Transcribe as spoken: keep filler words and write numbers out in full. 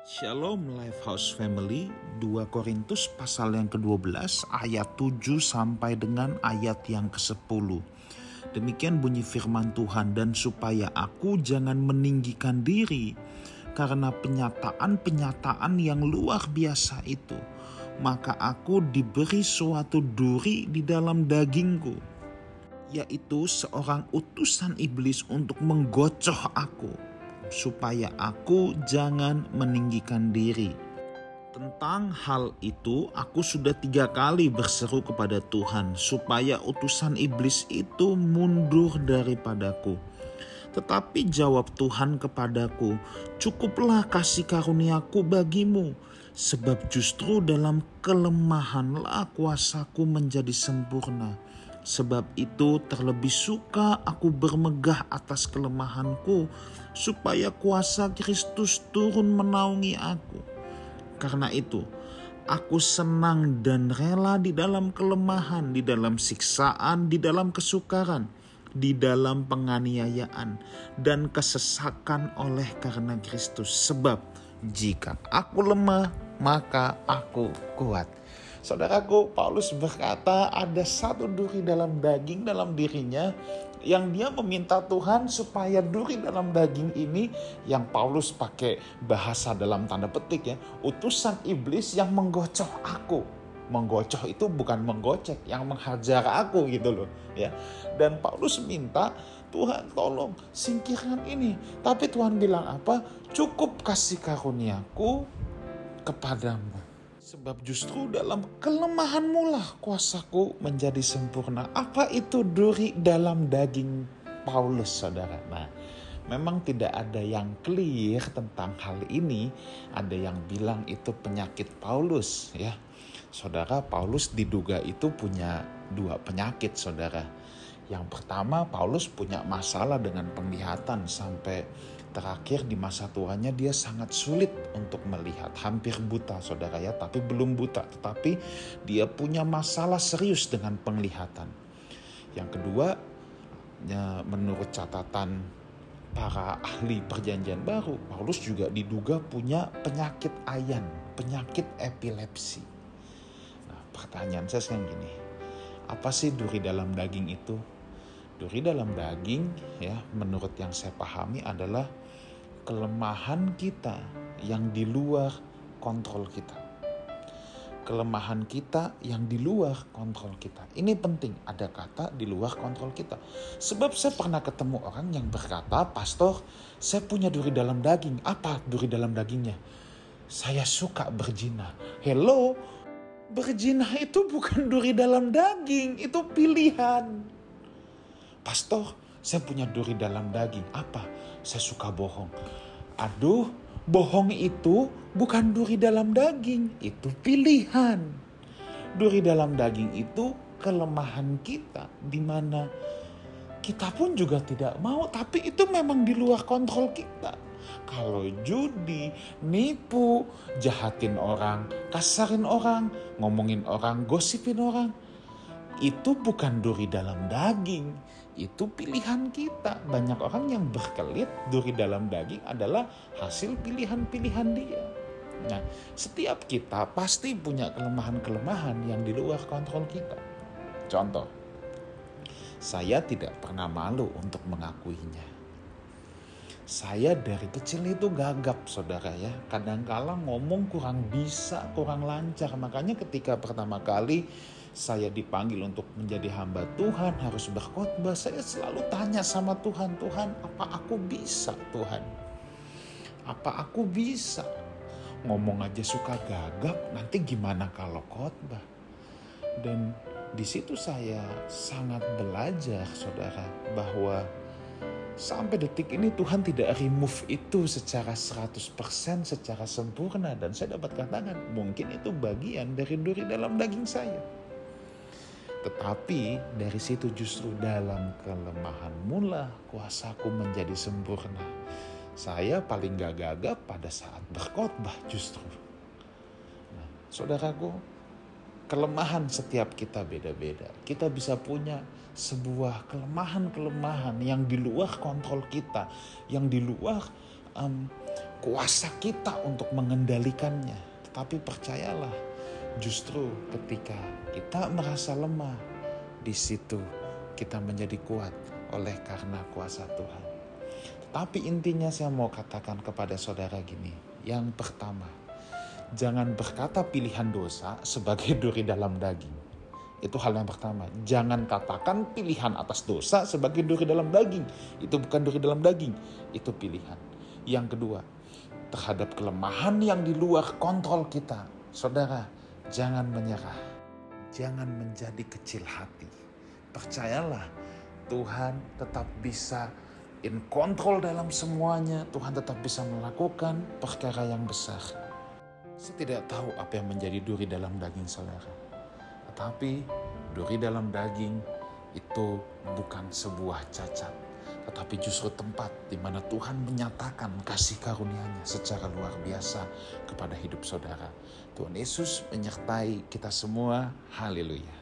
Shalom Lifehouse Family, dua Korintus pasal yang kedua belas ayat tujuh sampai dengan ayat yang kesepuluh. Demikian bunyi firman Tuhan, dan supaya aku jangan meninggikan diri karena penyataan-penyataan yang luar biasa itu, maka aku diberi suatu duri di dalam dagingku, yaitu seorang utusan iblis untuk menggocoh aku, supaya aku jangan meninggikan diri. Tentang hal itu aku sudah tiga kali berseru kepada Tuhan supaya utusan iblis itu mundur daripadaku. Tetapi jawab Tuhan kepadaku, cukuplah kasih karuniaku bagimu, sebab justru dalam kelemahanlah kuasaku menjadi sempurna. Sebab itu terlebih suka aku bermegah atas kelemahanku, supaya kuasa Kristus turun menaungi aku. Karena itu, aku senang dan rela di dalam kelemahan, di dalam siksaan, di dalam kesukaran, di dalam penganiayaan, dan kesesakan oleh karena Kristus. Sebab jika aku lemah, maka aku kuat. Saudaraku, Paulus berkata ada satu duri dalam daging dalam dirinya yang dia meminta Tuhan supaya duri dalam daging ini, yang Paulus pakai bahasa dalam tanda petik ya, utusan iblis yang menggocoh aku. Menggocoh itu bukan menggocek, yang menghajar aku gitu loh ya. Dan Paulus minta, Tuhan tolong singkirkan ini. Tapi Tuhan bilang apa? Cukup kasih karuniaku kepadamu. Sebab justru dalam kelemahanmu lah kuasaku menjadi sempurna. Apa itu duri dalam daging Paulus, saudara? Nah, memang tidak ada yang clear tentang hal ini. Ada yang bilang itu penyakit Paulus, ya. Saudara, Paulus diduga itu punya dua penyakit, saudara. Yang pertama, Paulus punya masalah dengan penglihatan sampai terakhir di masa tuanya dia sangat sulit untuk melihat, hampir buta, saudara ya, tapi belum buta, tetapi dia punya masalah serius dengan penglihatan. Yang kedua, ya, menurut catatan para ahli perjanjian baru, Paulus juga diduga punya penyakit ayan, penyakit epilepsi. Nah, pertanyaan saya sekarang gini, apa sih duri dalam daging itu? Duri dalam daging ya, menurut yang saya pahami adalah kelemahan kita yang di luar kontrol kita. Kelemahan kita yang di luar kontrol kita. Ini penting, ada kata di luar kontrol kita. Sebab saya pernah ketemu orang yang berkata, "Pastor, saya punya duri dalam daging." Apa duri dalam dagingnya? Saya suka berzina. Hello, berzina itu bukan duri dalam daging, itu pilihan. Pastor, saya punya duri dalam daging. Apa? Saya suka bohong. Aduh, bohong itu bukan duri dalam daging, itu pilihan. Duri dalam daging itu kelemahan kita, di mana kita pun juga tidak mau, tapi itu memang di luar kontrol kita. Kalau judi, nipu, jahatin orang, kasarin orang, ngomongin orang, gosipin orang, itu bukan duri dalam daging, itu pilihan kita. Banyak orang yang berkelit duri dalam daging adalah hasil pilihan-pilihan dia. Nah, setiap kita pasti punya kelemahan-kelemahan yang di luar kontrol kita. Contoh, saya tidak pernah malu untuk mengakuinya. Saya dari kecil itu gagap, saudara ya. Kadang-kala ngomong kurang bisa, kurang lancar. Makanya ketika pertama kali saya dipanggil untuk menjadi hamba Tuhan, harus berkhotbah, saya selalu tanya sama Tuhan, Tuhan, apa aku bisa, Tuhan? Apa aku bisa? Ngomong aja suka gagap, nanti gimana kalau khotbah? Dan di situ saya sangat belajar, saudara, bahwa sampai detik ini Tuhan tidak remove itu secara seratus persen secara sempurna. Dan saya dapat katakan, mungkin itu bagian dari duri dalam daging saya. Tetapi dari situ justru dalam kelemahan mula kuasaku menjadi sempurna. Saya paling gak gagap pada saat berkhotbah justru. Nah, saudaraku, kelemahan setiap kita beda-beda. Kita bisa punya sebuah kelemahan-kelemahan yang di luar kontrol kita, yang di luar um, kuasa kita untuk mengendalikannya. Tetapi percayalah, justru ketika kita merasa lemah, di situ kita menjadi kuat oleh karena kuasa Tuhan. Tetapi intinya saya mau katakan kepada saudara gini. Yang pertama, jangan berkata pilihan dosa sebagai duri dalam daging. Itu hal yang pertama. Jangan katakan pilihan atas dosa sebagai duri dalam daging. Itu bukan duri dalam daging, itu pilihan. Yang kedua, terhadap kelemahan yang di luar kontrol kita, saudara, jangan menyerah. Jangan menjadi kecil hati. Percayalah, Tuhan tetap bisa in control dalam semuanya. Tuhan tetap bisa melakukan perkara yang besar. Saya tidak tahu apa yang menjadi duri dalam daging saudara. Tetapi duri dalam daging itu bukan sebuah cacat, tetapi justru tempat di mana Tuhan menyatakan kasih karunia-Nya secara luar biasa kepada hidup saudara. Tuhan Yesus menyertai kita semua. Haleluya.